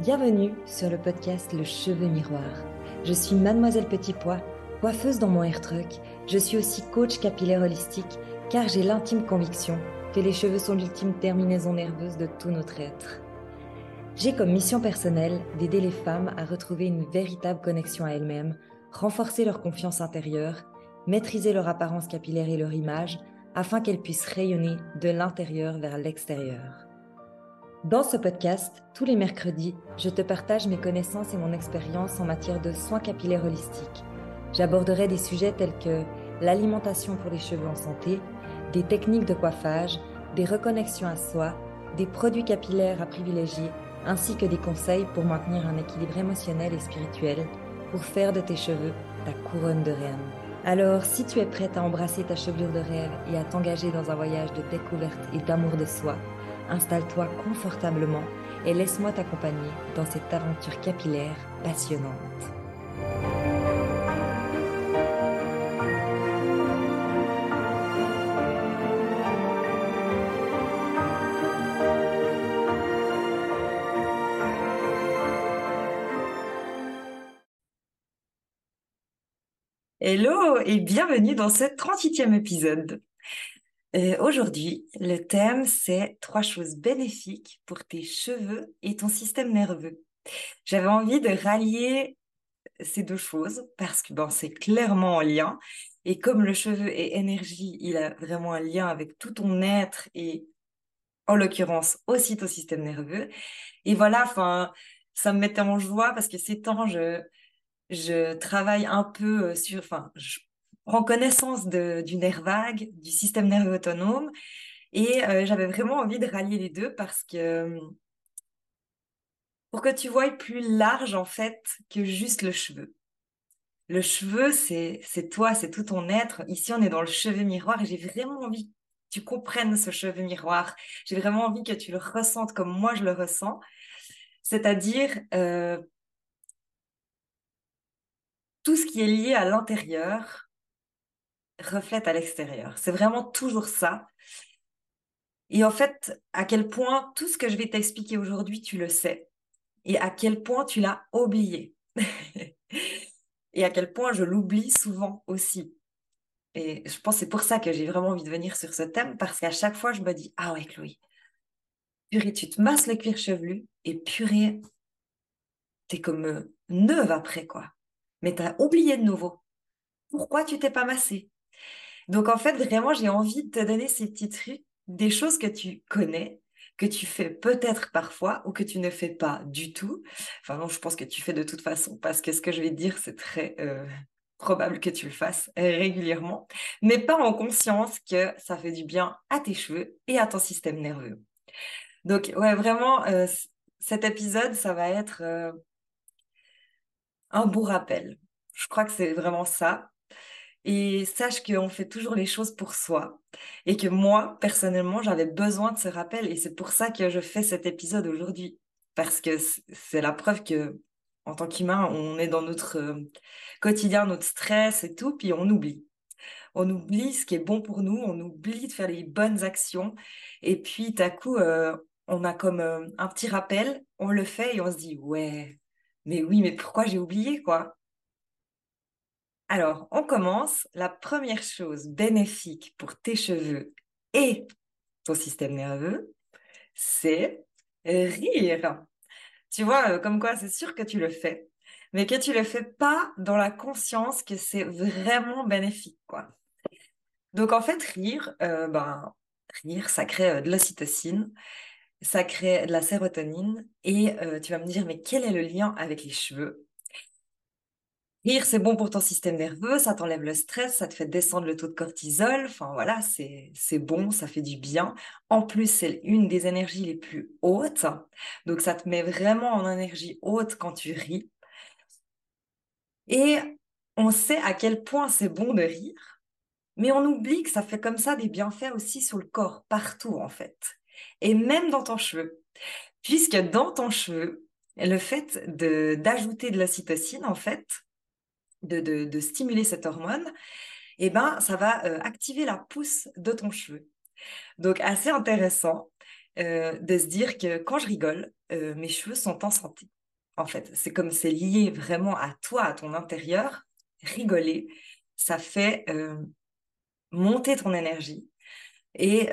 Bienvenue sur le podcast Le Cheveu Miroir. Je suis Mademoiselle Petit Pois, coiffeuse dans mon hair truck. Je suis aussi coach capillaire holistique car j'ai l'intime conviction que les cheveux sont l'ultime terminaison nerveuse de tout notre être. J'ai comme mission personnelle d'aider les femmes à retrouver une véritable connexion à elles-mêmes, renforcer leur confiance intérieure, maîtriser leur apparence capillaire et leur image afin qu'elles puissent rayonner de l'intérieur vers l'extérieur. Dans ce podcast, tous les mercredis, je te partage mes connaissances et mon expérience en matière de soins capillaires holistiques. J'aborderai des sujets tels que l'alimentation pour les cheveux en santé, des techniques de coiffage, des reconnexions à soi, des produits capillaires à privilégier, ainsi que des conseils pour maintenir un équilibre émotionnel et spirituel pour faire de tes cheveux ta couronne de reine. Alors, si tu es prête à embrasser ta chevelure de rêve et à t'engager dans un voyage de découverte et d'amour de soi, installe-toi confortablement et laisse-moi t'accompagner dans cette aventure capillaire passionnante. Hello et bienvenue dans ce 38e épisode. Aujourd'hui, le thème c'est 3 choses bénéfiques pour tes cheveux et ton système nerveux. J'avais envie de rallier ces deux choses parce que c'est clairement en lien. Et comme le cheveu est énergie, il a vraiment un lien avec tout ton être et en l'occurrence aussi ton système nerveux. Et voilà, ça me mettait en joie parce que ces temps, je travaille un peu je prends connaissance du nerf vague, du système nerveux autonome, et j'avais vraiment envie de rallier les deux parce que pour que tu voies plus large en fait que juste le cheveu. Le cheveu, c'est toi, c'est tout ton être. Ici, on est dans le cheveu miroir et j'ai vraiment envie que tu comprennes ce cheveu miroir. J'ai vraiment envie que tu le ressentes comme moi je le ressens, c'est-à-dire tout ce qui est lié à l'intérieur reflète à l'extérieur. C'est vraiment toujours ça. Et en fait, à quel point tout ce que je vais t'expliquer aujourd'hui, tu le sais. Et à quel point tu l'as oublié. Et à quel point je l'oublie souvent aussi. Et je pense que c'est pour ça que j'ai vraiment envie de venir sur ce thème, parce qu'à chaque fois, je me dis, ah ouais, Chloé, purée, tu te masses le cuir chevelu, et purée, t'es comme neuve après, quoi. Mais t'as oublié de nouveau. Pourquoi tu t'es pas massée? Donc, en fait, vraiment, j'ai envie de te donner ces petits trucs, des choses que tu connais, que tu fais peut-être parfois ou que tu ne fais pas du tout. Enfin, non, je pense que tu fais de toute façon parce que ce que je vais te dire, c'est très probable que tu le fasses régulièrement, mais pas en conscience que ça fait du bien à tes cheveux et à ton système nerveux. Donc, ouais, vraiment, cet épisode, ça va être un beau rappel. Je crois que c'est vraiment ça. Et sache qu'on fait toujours les choses pour soi et que moi, personnellement, j'avais besoin de ce rappel et c'est pour ça que je fais cet épisode aujourd'hui. Parce que c'est la preuve que, en tant qu'humain, on est dans notre quotidien, notre stress et tout, puis on oublie. On oublie ce qui est bon pour nous, on oublie de faire les bonnes actions et puis, d'un coup, on a comme un petit rappel, on le fait et on se dit, ouais, mais oui, mais pourquoi j'ai oublié, quoi? Alors, on commence. La première chose bénéfique pour tes cheveux et ton système nerveux, c'est rire. Tu vois, comme quoi, c'est sûr que tu le fais, mais que tu le fais pas dans la conscience que c'est vraiment bénéfique, quoi. Donc, en fait, rire, ça crée de l'ocytocine, ça crée de la sérotonine, et tu vas me dire, mais quel est le lien avec les cheveux? Rire, c'est bon pour ton système nerveux, ça t'enlève le stress, ça te fait descendre le taux de cortisol. Enfin voilà, c'est bon, ça fait du bien. En plus, c'est une des énergies les plus hautes. Donc ça te met vraiment en énergie haute quand tu ris. Et on sait à quel point c'est bon de rire, mais on oublie que ça fait comme ça des bienfaits aussi sur le corps, partout en fait. Et même dans ton cheveu. Puisque dans ton cheveu, le fait d'ajouter de l'ocytocine, en fait, de stimuler cette hormone, eh ben, ça va activer la pousse de ton cheveu. Donc, assez intéressant de se dire que quand je rigole, mes cheveux sont en santé. en fait. C'est comme c'est lié vraiment à toi, à ton intérieur. Rigoler, ça fait monter ton énergie et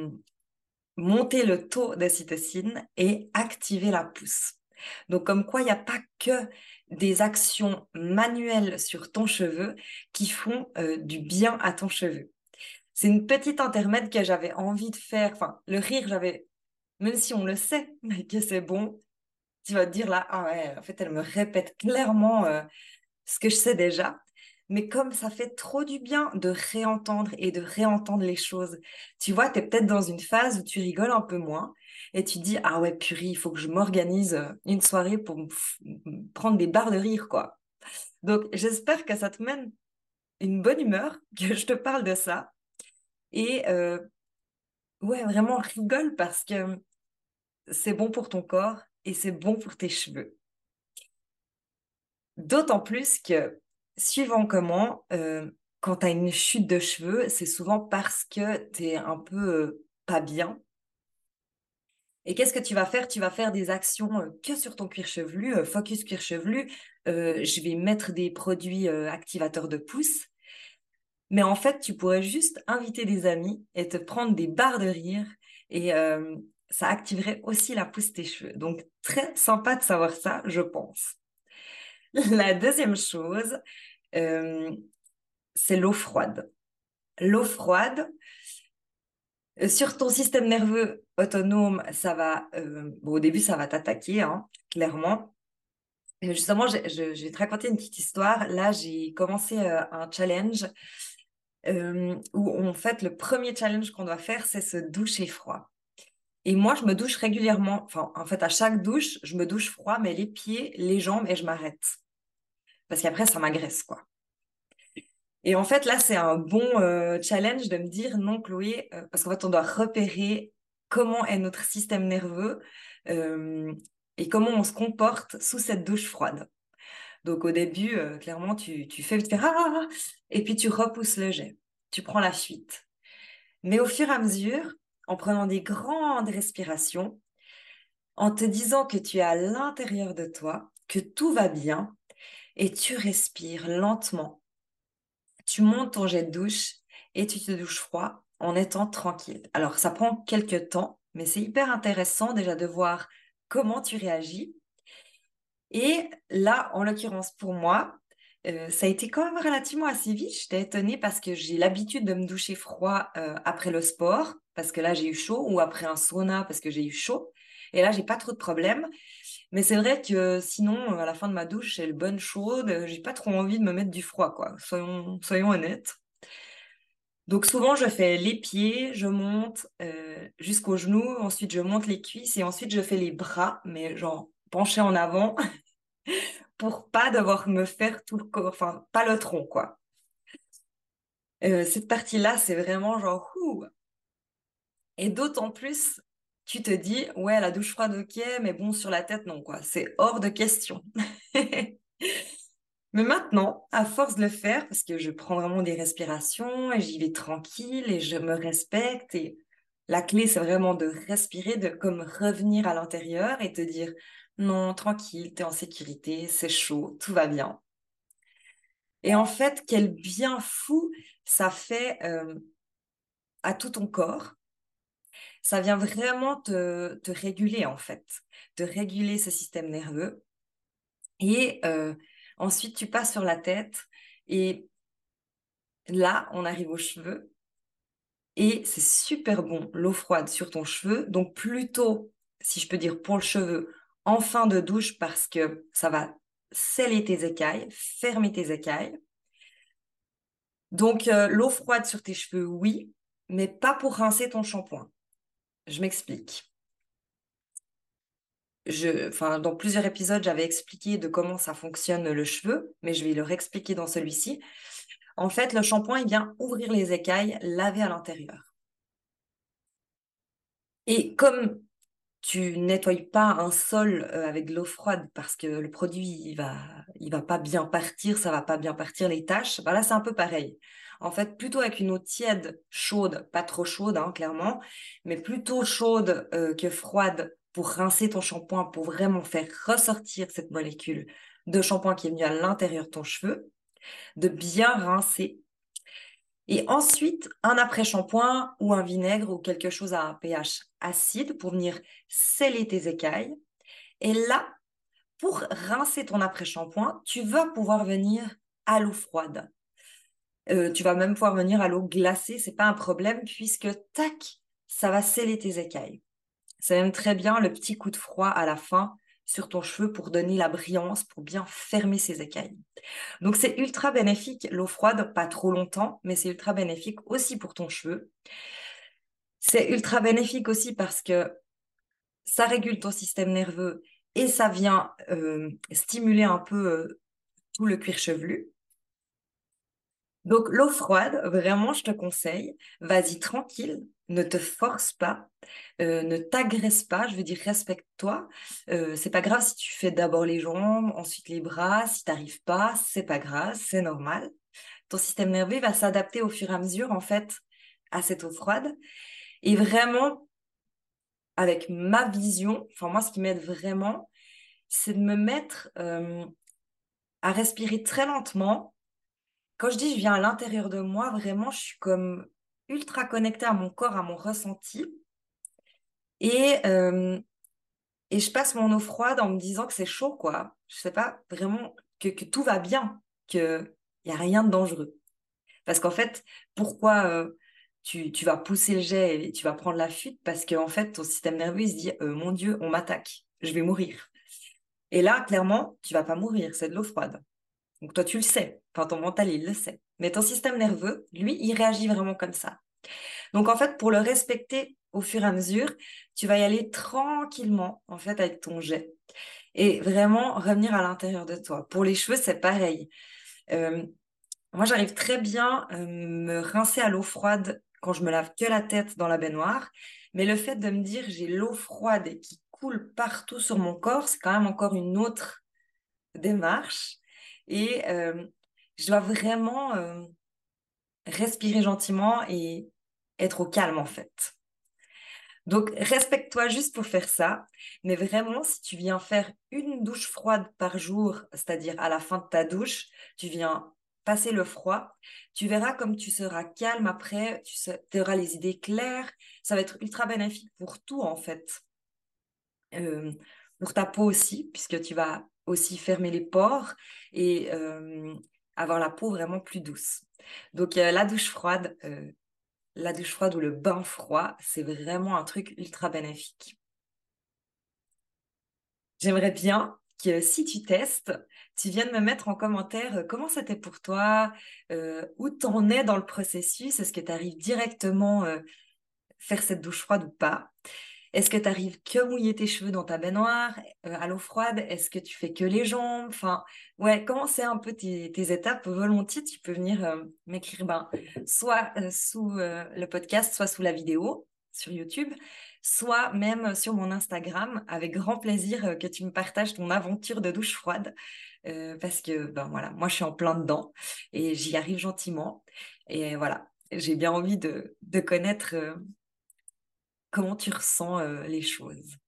monter le taux d'ocytocine et activer la pousse. Donc, comme quoi, il n'y a pas que des actions manuelles sur ton cheveu qui font du bien à ton cheveu. C'est une petite intermède que j'avais envie de faire. Enfin, le rire, même si on le sait, mais que c'est bon, tu vas te dire là, ah ouais, en fait, elle me répète clairement ce que je sais déjà. Mais comme ça fait trop du bien de réentendre et de réentendre les choses, tu vois, tu es peut-être dans une phase où tu rigoles un peu moins et tu dis, ah ouais, purée, il faut que je m'organise une soirée pour prendre des barres de rire, quoi. Donc, j'espère que ça te mène une bonne humeur, que je te parle de ça. Et ouais, vraiment rigole parce que c'est bon pour ton corps et c'est bon pour tes cheveux. D'autant plus que, suivant comment, quand tu as une chute de cheveux, c'est souvent parce que tu es un peu pas bien. Et qu'est-ce que tu vas faire? Tu vas faire des actions que sur ton cuir chevelu, focus cuir chevelu. Je vais mettre des produits activateurs de pousse. Mais en fait, tu pourrais juste inviter des amis et te prendre des barres de rire et ça activerait aussi la pousse de tes cheveux. Donc, très sympa de savoir ça, je pense. La deuxième chose, euh, c'est l'eau froide. L'eau froide, sur ton système nerveux autonome, ça va, bon, au début, ça va t'attaquer, hein, clairement. Et justement, je vais te raconter une petite histoire. Là, j'ai commencé un challenge où, en fait, le premier challenge qu'on doit faire, c'est se doucher froid. Et moi, je me douche régulièrement. Enfin, en fait, à chaque douche, je me douche froid, mais les pieds, les jambes, et je m'arrête. Parce qu'après, ça m'agresse, quoi. Et en fait, là, c'est un bon challenge de me dire non, Chloé, parce qu'en fait, on doit repérer comment est notre système nerveux euh, et comment on se comporte sous cette douche froide. Donc, au début, clairement, tu fais vite faire ah, et puis tu repousses le jet. Tu prends la fuite. Mais au fur et à mesure, en prenant des grandes respirations, en te disant que tu es à l'intérieur de toi, que tout va bien, et tu respires lentement. Tu montes ton jet de douche et tu te douches froid en étant tranquille. Alors, ça prend quelques temps, mais c'est hyper intéressant déjà de voir comment tu réagis. Et là, en l'occurrence pour moi, ça a été quand même relativement assez vite. J'étais étonnée parce que j'ai l'habitude de me doucher froid après le sport, parce que là j'ai eu chaud, ou après un sauna parce que j'ai eu chaud. Et là, j'ai pas trop de problèmes. Mais c'est vrai que sinon, à la fin de ma douche, j'ai le bonne chaude. J'ai pas trop envie de me mettre du froid, quoi. Soyons honnêtes. Donc souvent, je fais les pieds, je monte jusqu'aux genoux, ensuite je monte les cuisses et ensuite je fais les bras, mais genre penchés en avant pour pas devoir me faire tout le corps, enfin pas le tronc, quoi. Cette partie-là, c'est vraiment genre ouh. Et d'autant plus, tu te dis, ouais, la douche froide, ok, mais bon, sur la tête, non, quoi. C'est hors de question. Mais maintenant, à force de le faire, parce que je prends vraiment des respirations et j'y vais tranquille et je me respecte et la clé, c'est vraiment de respirer, de comme revenir à l'intérieur et te dire non, tranquille, t'es en sécurité, c'est chaud, tout va bien. Et en fait, quel bien fou ça fait à tout ton corps. Ça vient vraiment te réguler en fait, de réguler ce système nerveux. Et ensuite, tu passes sur la tête et là, on arrive aux cheveux et c'est super bon, l'eau froide sur ton cheveu. Donc plutôt, si je peux dire pour le cheveu, en fin de douche parce que ça va sceller tes écailles, fermer tes écailles. Donc l'eau froide sur tes cheveux, oui, mais pas pour rincer ton shampoing. Je m'explique. Enfin, dans plusieurs épisodes, j'avais expliqué de comment ça fonctionne le cheveu, mais je vais le réexpliquer dans celui-ci. En fait, le shampoing, il vient ouvrir les écailles, laver à l'intérieur. Et comme tu nettoies pas un sol avec de l'eau froide parce que le produit il va pas bien partir, ça va pas bien partir les taches. Bah là c'est un peu pareil. En fait, plutôt avec une eau tiède, chaude, pas trop chaude hein, clairement, mais plutôt chaude que froide pour rincer ton shampoing, pour vraiment faire ressortir cette molécule de shampoing qui est venue à l'intérieur de ton cheveu, de bien rincer. Et ensuite, un après-shampoing ou un vinaigre ou quelque chose à un pH acide pour venir sceller tes écailles. Et là, pour rincer ton après-shampoing, tu vas pouvoir venir à l'eau froide. Tu vas même pouvoir venir à l'eau glacée, c'est pas un problème puisque tac, ça va sceller tes écailles. C'est même très bien le petit coup de froid à la fin sur ton cheveu pour donner la brillance, pour bien fermer ses écailles. Donc c'est ultra bénéfique, l'eau froide, pas trop longtemps, mais c'est ultra bénéfique aussi pour ton cheveu. C'est ultra bénéfique aussi parce que ça régule ton système nerveux et ça vient stimuler un peu tout le cuir chevelu. Donc l'eau froide, vraiment, je te conseille, vas-y tranquille, ne te force pas, ne t'agresse pas, je veux dire respecte-toi. C'est pas grave si tu fais d'abord les jambes, ensuite les bras, si t'arrives pas, c'est pas grave, c'est normal. Ton système nerveux va s'adapter au fur et à mesure en fait à cette eau froide. Et vraiment, avec ma vision, enfin moi ce qui m'aide vraiment, c'est de me mettre à respirer très lentement. Quand je dis je viens à l'intérieur de moi, vraiment, je suis comme ultra connectée à mon corps, à mon ressenti. Et, euh, et je passe mon eau froide en me disant que c'est chaud, quoi. Je sais pas, vraiment, que tout va bien, qu'il n'y a rien de dangereux. Parce qu'en fait, pourquoi tu vas pousser le jet et tu vas prendre la fuite? Parce qu'en fait, ton système nerveux, il se dit, mon Dieu, on m'attaque, je vais mourir. Et là, clairement, tu vas pas mourir, c'est de l'eau froide. Donc toi, tu le sais. Enfin, ton mental, il le sait. Mais ton système nerveux, lui, il réagit vraiment comme ça. Donc en fait, pour le respecter au fur et à mesure, tu vas y aller tranquillement, en fait, avec ton jet. Et vraiment revenir à l'intérieur de toi. Pour les cheveux, c'est pareil. Euh, Moi, j'arrive très bien me rincer à l'eau froide quand je me lave que la tête dans la baignoire. Mais le fait de me dire j'ai l'eau froide et qui coule partout sur mon corps, c'est quand même encore une autre démarche. Et je dois vraiment respirer gentiment et être au calme, en fait. Donc, respecte-toi juste pour faire ça. Mais vraiment, si tu viens faire une douche froide par jour, c'est-à-dire à la fin de ta douche, tu viens passer le froid, tu verras comme tu seras calme après, tu auras les idées claires. Ça va être ultra bénéfique pour tout, en fait. Euh, pour ta peau aussi, puisque tu vas aussi fermer les pores et avoir la peau vraiment plus douce. Donc, la douche froide ou le bain froid, c'est vraiment un truc ultra bénéfique. J'aimerais bien que si tu testes, tu viennes me mettre en commentaire comment c'était pour toi, où t'en es dans le processus, est-ce que tu arrives directement faire cette douche froide ou pas? Est-ce que tu arrives que mouiller tes cheveux dans ta baignoire à l'eau froide? Est-ce que tu fais que les jambes? Enfin, ouais, comment c'est un peu tes étapes? Volontiers, tu peux venir m'écrire soit sous le podcast, soit sous la vidéo sur YouTube, soit même sur mon Instagram, avec grand plaisir que tu me partages ton aventure de douche froide. Parce que, ben voilà, moi je suis en plein dedans et j'y arrive gentiment. Et voilà, j'ai bien envie de connaître comment tu ressens les choses.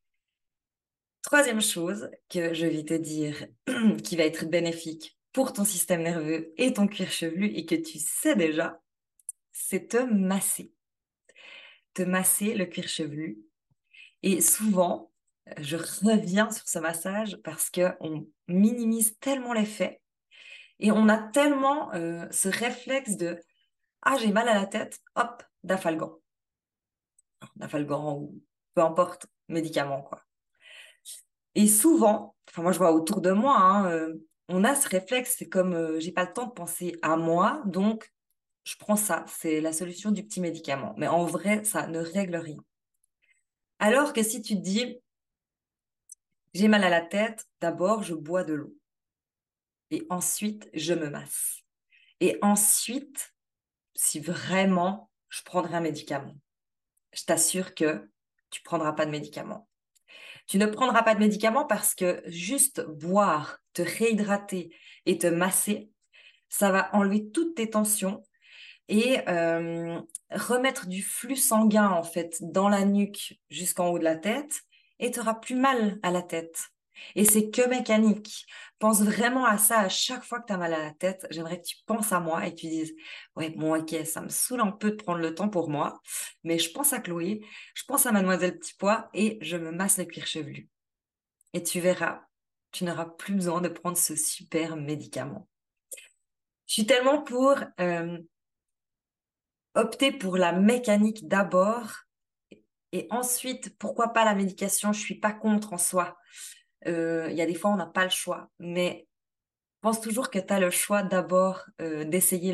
Troisième chose que je vais te dire qui va être bénéfique pour ton système nerveux et ton cuir chevelu et que tu sais déjà, c'est te masser. Te masser le cuir chevelu. Et souvent, je reviens sur ce massage parce qu'on minimise tellement l'effet et on a tellement ce réflexe de ah, j'ai mal à la tête, hop, Dafalgan. Dafalgan ou peu importe, médicament, quoi. Et souvent, enfin moi je vois autour de moi, hein, on a ce réflexe, c'est comme j'ai pas le temps de penser à moi, donc je prends ça, c'est la solution du petit médicament. Mais en vrai, ça ne règle rien. Alors que si tu te dis, j'ai mal à la tête, d'abord je bois de l'eau et ensuite je me masse. Et ensuite, si vraiment je prendrai un médicament, je t'assure que tu prendras pas de médicament. Tu ne prendras pas de médicament parce que juste boire, te réhydrater et te masser, ça va enlever toutes tes tensions et remettre du flux sanguin en fait dans la nuque jusqu'en haut de la tête et tu auras plus mal à la tête. Et c'est que mécanique. Pense vraiment à ça à chaque fois que tu as mal à la tête. J'aimerais que tu penses à moi et que tu dises, ouais, bon, ok, ça me saoule un peu de prendre le temps pour moi, mais je pense à Chloé, je pense à Mademoiselle Petit Pois et je me masse le cuir chevelu. Et tu verras, tu n'auras plus besoin de prendre ce super médicament. Je suis tellement pour opter pour la mécanique d'abord et ensuite, pourquoi pas la médication? Je suis pas contre en soi. Il y a des fois, on n'a pas le choix, mais pense toujours que tu as le choix d'abord d'essayer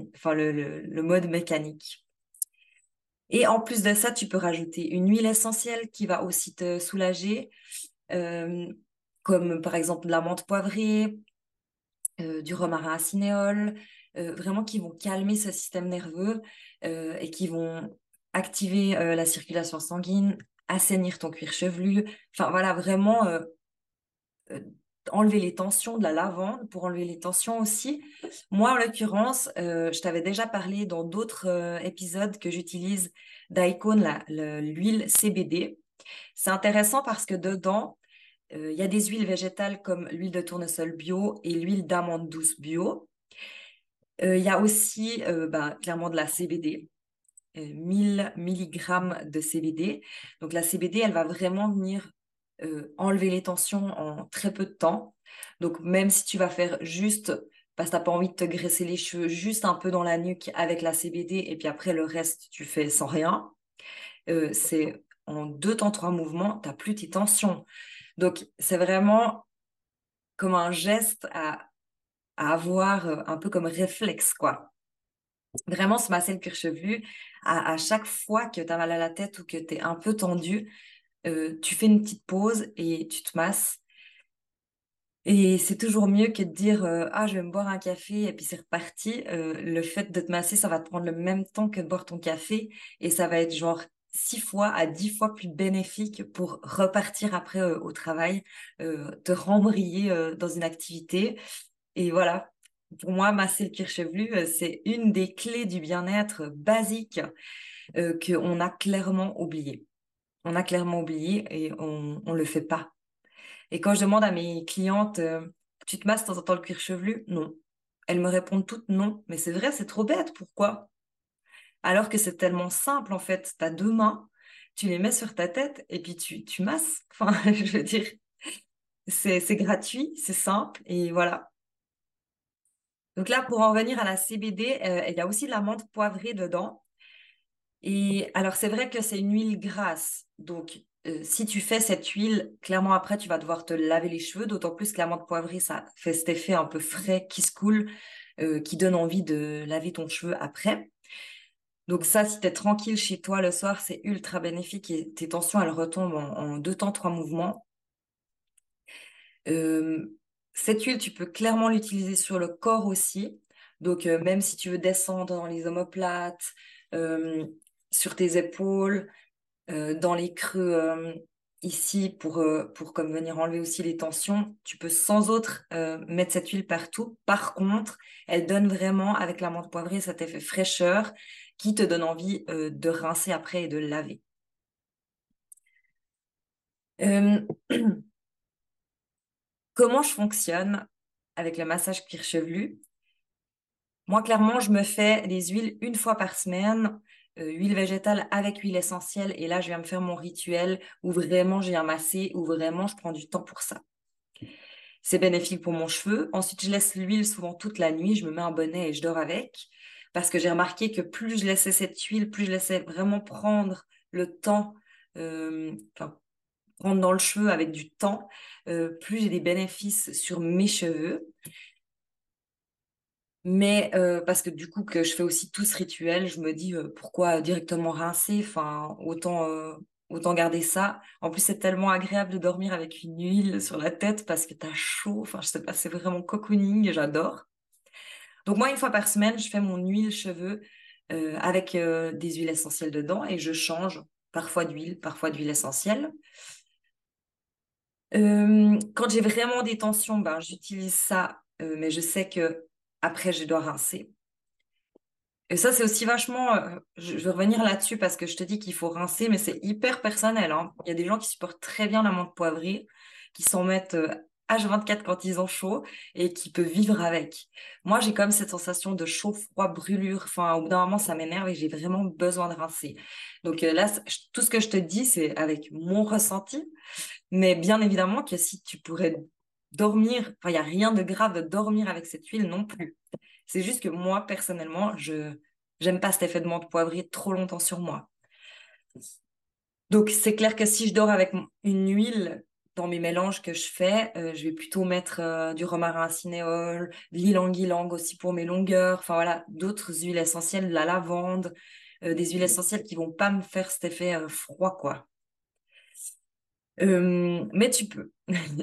le mode mécanique. Et en plus de ça, tu peux rajouter une huile essentielle qui va aussi te soulager, euh, comme par exemple de la menthe poivrée, du romarin à cinéole, vraiment qui vont calmer ce système nerveux et qui vont activer la circulation sanguine, assainir ton cuir chevelu. Enfin voilà, vraiment euh, enlever les tensions, de la lavande pour enlever les tensions aussi. Moi, en l'occurrence, je t'avais déjà parlé dans d'autres épisodes que j'utilise d'Icon, l'huile CBD. C'est intéressant parce que dedans, il y a des huiles végétales comme l'huile de tournesol bio et l'huile d'amande douce bio. Il y a aussi clairement de la CBD, 1000 milligrammes de CBD. Donc la CBD, elle va vraiment venir enlever les tensions en très peu de temps. Donc même si tu vas faire juste, parce que tu n'as pas envie de te graisser les cheveux, juste un peu dans la nuque avec la CBD et puis après le reste, tu fais sans rien, c'est en 2 temps, 3 mouvements, tu n'as plus tes tensions. Donc c'est vraiment comme un geste à avoir un peu comme réflexe, quoi. Vraiment se masser le cuir chevelu à chaque fois que tu as mal à la tête ou que tu es un peu tendu, tu fais une petite pause et tu te masses. Et c'est toujours mieux que de dire ah, je vais me boire un café et puis c'est reparti. Le fait de te masser, ça va te prendre le même temps que de boire ton café et ça va être genre 6 fois à 10 fois plus bénéfique pour repartir après au travail, te rembrayer dans une activité. Et voilà, pour moi, masser le cuir chevelu, c'est une des clés du bien-être basique qu'on a clairement oublié. On a clairement oublié et on le fait pas. Et quand je demande à mes clientes, tu te masses de temps en temps le cuir chevelu? Non. Elles me répondent toutes non. Mais c'est vrai, c'est trop bête. Pourquoi? Alors que c'est tellement simple, en fait. Tu as 2 mains, tu les mets sur ta tête et puis tu masses. Enfin, je veux dire, c'est gratuit, c'est simple et voilà. Donc là, pour en venir à la CBD, il y a aussi de la menthe poivrée dedans. Et alors, c'est vrai que c'est une huile grasse. Donc, si tu fais cette huile, clairement après, tu vas devoir te laver les cheveux. D'autant plus que la menthe poivrée, ça fait cet effet un peu frais qui se coule, qui donne envie de laver ton cheveu après. Donc ça, si tu es tranquille chez toi le soir, c'est ultra bénéfique et tes tensions, elles retombent en 2 temps, 3 mouvements. Euh, Cette huile, tu peux clairement l'utiliser sur le corps aussi. Donc, même si tu veux descendre dans les omoplates, euh, sur tes épaules, dans les creux ici pour comme venir enlever aussi les tensions. Tu peux sans autre mettre cette huile partout. Par contre, elle donne vraiment avec la menthe poivrée cet effet fraîcheur qui te donne envie de rincer après et de laver. Euh, Comment je fonctionne avec le massage cuir chevelu? Moi, clairement, je me fais des huiles 1 fois par semaine, huile végétale avec huile essentielle. Et là, je viens me faire mon rituel où vraiment j'ai un massé, où vraiment je prends du temps pour ça. C'est bénéfique pour mon cheveu. Ensuite, je laisse l'huile souvent toute la nuit. Je me mets un bonnet et je dors avec. Parce que j'ai remarqué que plus je laissais cette huile, plus je laissais vraiment prendre le temps, enfin, prendre dans le cheveu avec du temps, plus j'ai des bénéfices sur mes cheveux. Mais parce que du coup que je fais aussi tout ce rituel, je me dis pourquoi directement rincer, enfin autant garder ça. En plus c'est tellement agréable de dormir avec une huile sur la tête parce que t'as chaud, enfin je sais pas, c'est vraiment cocooning, j'adore. Donc moi 1 fois par semaine, je fais mon huile cheveux avec des huiles essentielles dedans et je change parfois d'huile essentielle. Quand j'ai vraiment des tensions, ben j'utilise ça, mais je sais que après je dois rincer. Et ça, c'est aussi vachement. Je vais revenir là-dessus parce que je te dis qu'il faut rincer, mais c'est hyper personnel, hein. Il y a des gens qui supportent très bien la menthe poivrée, qui s'en mettent H24 quand ils ont chaud et qui peuvent vivre avec. Moi, j'ai comme cette sensation de chaud, froid, brûlure. Enfin, au bout d'un moment, ça m'énerve et j'ai vraiment besoin de rincer. Donc là, tout ce que je te dis, c'est avec mon ressenti. Mais bien évidemment que si tu pourrais dormir, enfin, il n'y a rien de grave de dormir avec cette huile non plus. C'est juste que moi, personnellement, je j'aime pas cet effet de menthe poivrée trop longtemps sur moi. Donc, c'est clair que si je dors avec une huile dans mes mélanges que je fais, je vais plutôt mettre du romarin à cinéole, de l'ylang-ylang aussi pour mes longueurs, enfin voilà, d'autres huiles essentielles, de la lavande, des huiles essentielles qui vont pas me faire cet effet froid, quoi. Mais tu peux.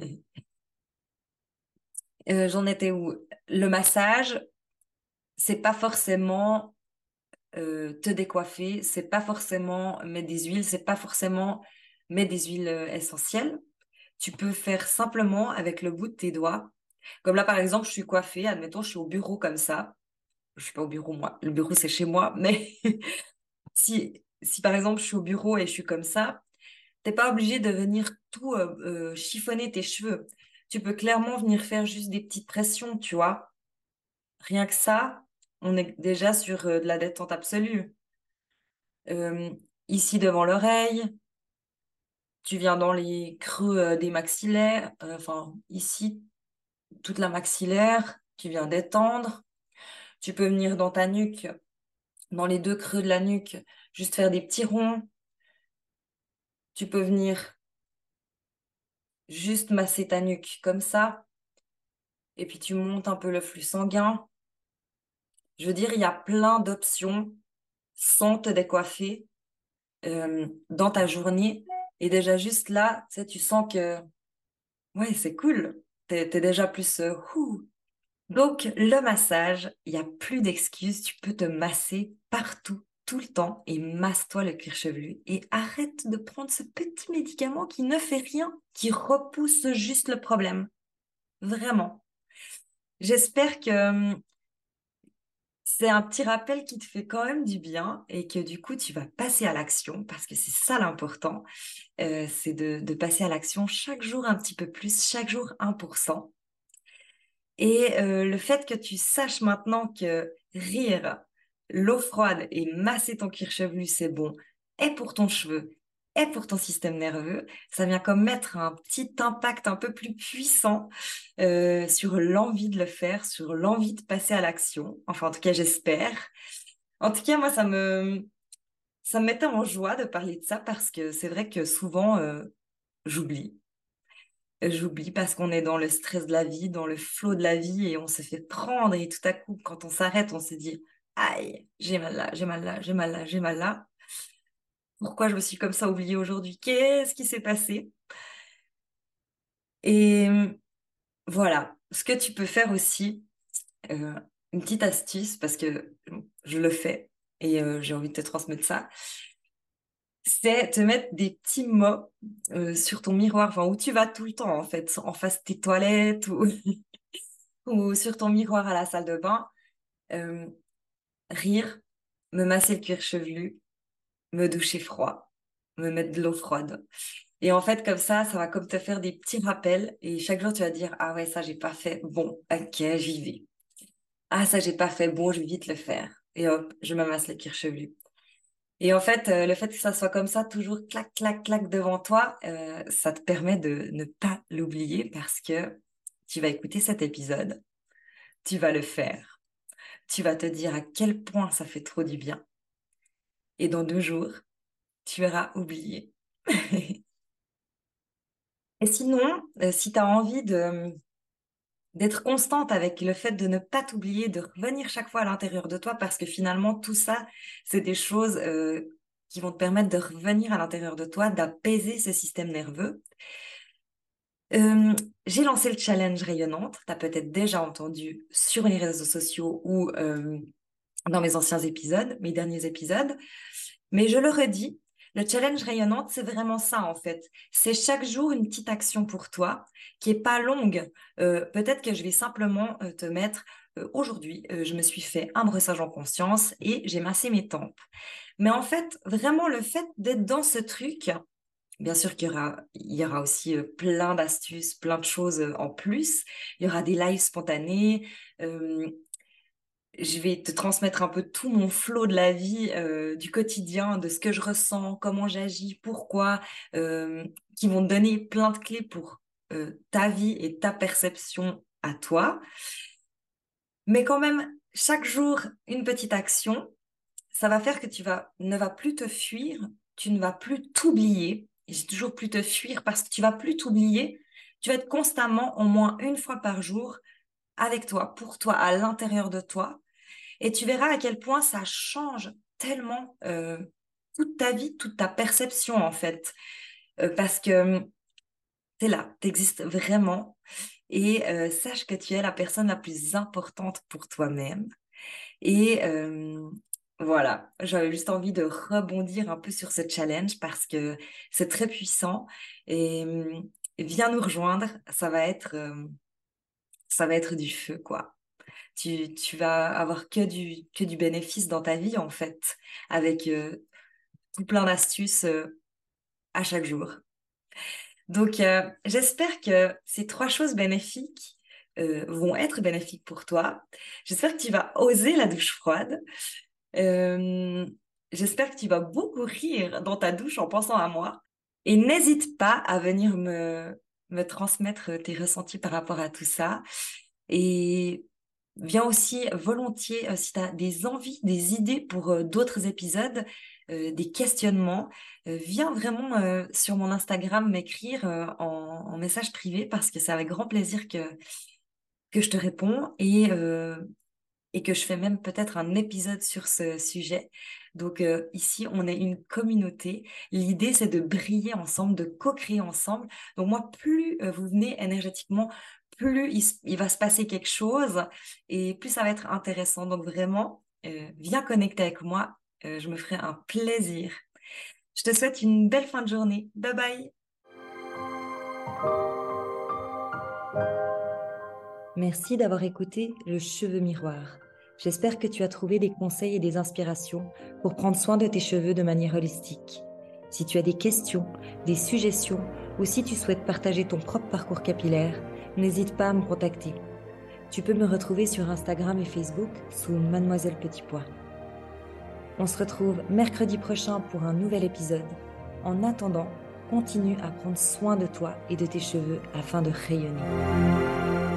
J'en étais où? Le massage, c'est pas forcément te décoiffer, c'est pas forcément mettre des huiles, c'est pas forcément mettre des huiles essentielles. Tu peux faire simplement avec le bout de tes doigts. Comme là, par exemple, je suis coiffée, admettons, je suis au bureau comme ça. Je suis pas au bureau, moi. Le bureau, c'est chez moi. Mais si par exemple, je suis au bureau et je suis comme ça, t'es pas obligé de venir tout chiffonner tes cheveux. Tu peux clairement venir faire juste des petites pressions, tu vois. Rien que ça, on est déjà sur de la détente absolue. Euh, Ici devant l'oreille, tu viens dans les creux des maxillaires, enfin ici, toute la maxillaire, tu viens détendre. Tu peux venir dans ta nuque, dans les deux creux de la nuque, juste faire des petits ronds. Tu peux venir juste masser ta nuque comme ça, et puis tu montes un peu le flux sanguin. Je veux dire, il y a plein d'options sans te décoiffer dans ta journée. Et déjà juste là, tu sais, tu sens que ouais, c'est cool. T'es déjà plus ouh. Donc, le massage, il n'y a plus d'excuses. Tu peux te masser partout, tout le temps, et masse-toi le cuir chevelu. Et arrête de prendre ce petit médicament qui ne fait rien, qui repousse juste le problème. Vraiment. J'espère que c'est un petit rappel qui te fait quand même du bien et que du coup, tu vas passer à l'action parce que c'est ça l'important. C'est de passer à l'action chaque jour un petit peu plus, chaque jour 1%. Et le fait que tu saches maintenant que rire, l'eau froide et masser ton cuir chevelu, c'est bon, et pour ton cheveu, et pour ton système nerveux, ça vient comme mettre un petit impact un peu plus puissant sur l'envie de le faire, sur l'envie de passer à l'action. Enfin, en tout cas, j'espère. En tout cas, moi, ça me mettait en joie de parler de ça parce que c'est vrai que souvent, j'oublie. J'oublie parce qu'on est dans le stress de la vie, dans le flot de la vie et on se fait prendre et tout à coup, quand on s'arrête, on se dit, aïe, j'ai mal là, j'ai mal là, j'ai mal là, j'ai mal là. Pourquoi je me suis comme ça oubliée aujourd'hui? Qu'est-ce qui s'est passé? Et voilà, ce que tu peux faire aussi, euh, une petite astuce parce que je le fais et j'ai envie de te transmettre ça, c'est te mettre des petits mots sur ton miroir, enfin où tu vas tout le temps en fait, en face de tes toilettes ou ou sur ton miroir à la salle de bain, euh, rire, me masser le cuir chevelu, me doucher froid, me mettre de l'eau froide. Et en fait, comme ça va comme te faire des petits rappels et chaque jour tu vas dire, ah ouais, ça j'ai pas fait, bon, ok, j'y vais. Ah ça j'ai pas fait, bon, je vais vite le faire. Et hop, je me masse le cuir chevelu. Et en fait, le fait que ça soit comme ça, toujours clac, clac, clac devant toi, ça te permet de ne pas l'oublier parce que tu vas écouter cet épisode, tu vas le faire. Tu vas te dire à quel point ça fait trop du bien. Et dans 2 jours, tu auras oublié. Et sinon, si tu as envie d'être constante avec le fait de ne pas t'oublier, de revenir chaque fois à l'intérieur de toi, parce que finalement, tout ça, c'est des choses qui vont te permettre de revenir à l'intérieur de toi, d'apaiser ce système nerveux. Euh, j'ai lancé le challenge rayonnante. Tu as peut-être déjà entendu sur les réseaux sociaux ou dans mes anciens épisodes, mes derniers épisodes. Mais je le redis, Le challenge rayonnante, c'est vraiment ça en fait. C'est chaque jour une petite action pour toi qui est pas longue. Peut-être que je vais simplement te mettre aujourd'hui, je me suis fait un brossage en conscience et j'ai massé mes tempes. Mais en fait, vraiment le fait d'être dans ce truc, bien sûr qu'il y aura aussi plein d'astuces, plein de choses en plus. Il y aura des lives spontanés. euh, je vais te transmettre un peu tout mon flot de la vie, du quotidien, de ce que je ressens, comment j'agis, pourquoi, qui vont te donner plein de clés pour ta vie et ta perception à toi. Mais quand même, chaque jour, une petite action, ça va faire que ne vas plus te fuir, tu ne vas plus t'oublier. Et j'ai toujours plus te fuir parce que tu vas plus t'oublier. Tu vas être constamment, au moins une fois par jour, avec toi, pour toi, à l'intérieur de toi. Et tu verras à quel point ça change tellement toute ta vie, toute ta perception en fait. Parce que tu es là, tu existes vraiment. Et sache que tu es la personne la plus importante pour toi-même. Et voilà, j'avais juste envie de rebondir un peu sur ce challenge parce que c'est très puissant. Et viens nous rejoindre, ça va être du feu, quoi. Tu vas avoir que du bénéfice dans ta vie, en fait, avec tout plein d'astuces à chaque jour. Donc, j'espère que ces trois choses bénéfiques vont être bénéfiques pour toi. J'espère que tu vas oser la douche froide. Euh, J'espère que tu vas beaucoup rire dans ta douche en pensant à moi. Et n'hésite pas à venir me transmettre tes ressentis par rapport à tout ça. Et viens aussi volontiers, si tu as des envies, des idées pour d'autres épisodes, des questionnements, viens vraiment sur mon Instagram m'écrire en message privé parce que c'est avec grand plaisir que je te réponds et que je fais même peut-être un épisode sur ce sujet. Donc ici, on est une communauté. L'idée, c'est de briller ensemble, de co-créer ensemble. Donc moi, plus vous venez énergétiquement, plus il va se passer quelque chose et plus ça va être intéressant. Donc vraiment, viens connecter avec moi. Je me ferai un plaisir. Je te souhaite une belle fin de journée. Bye bye. Merci d'avoir écouté Le Cheveu Miroir. J'espère que tu as trouvé des conseils et des inspirations pour prendre soin de tes cheveux de manière holistique. Si tu as des questions, des suggestions ou si tu souhaites partager ton propre parcours capillaire, n'hésite pas à me contacter. Tu peux me retrouver sur Instagram et Facebook sous Mademoiselle Petit Pois. On se retrouve mercredi prochain pour un nouvel épisode. En attendant, continue à prendre soin de toi et de tes cheveux afin de rayonner.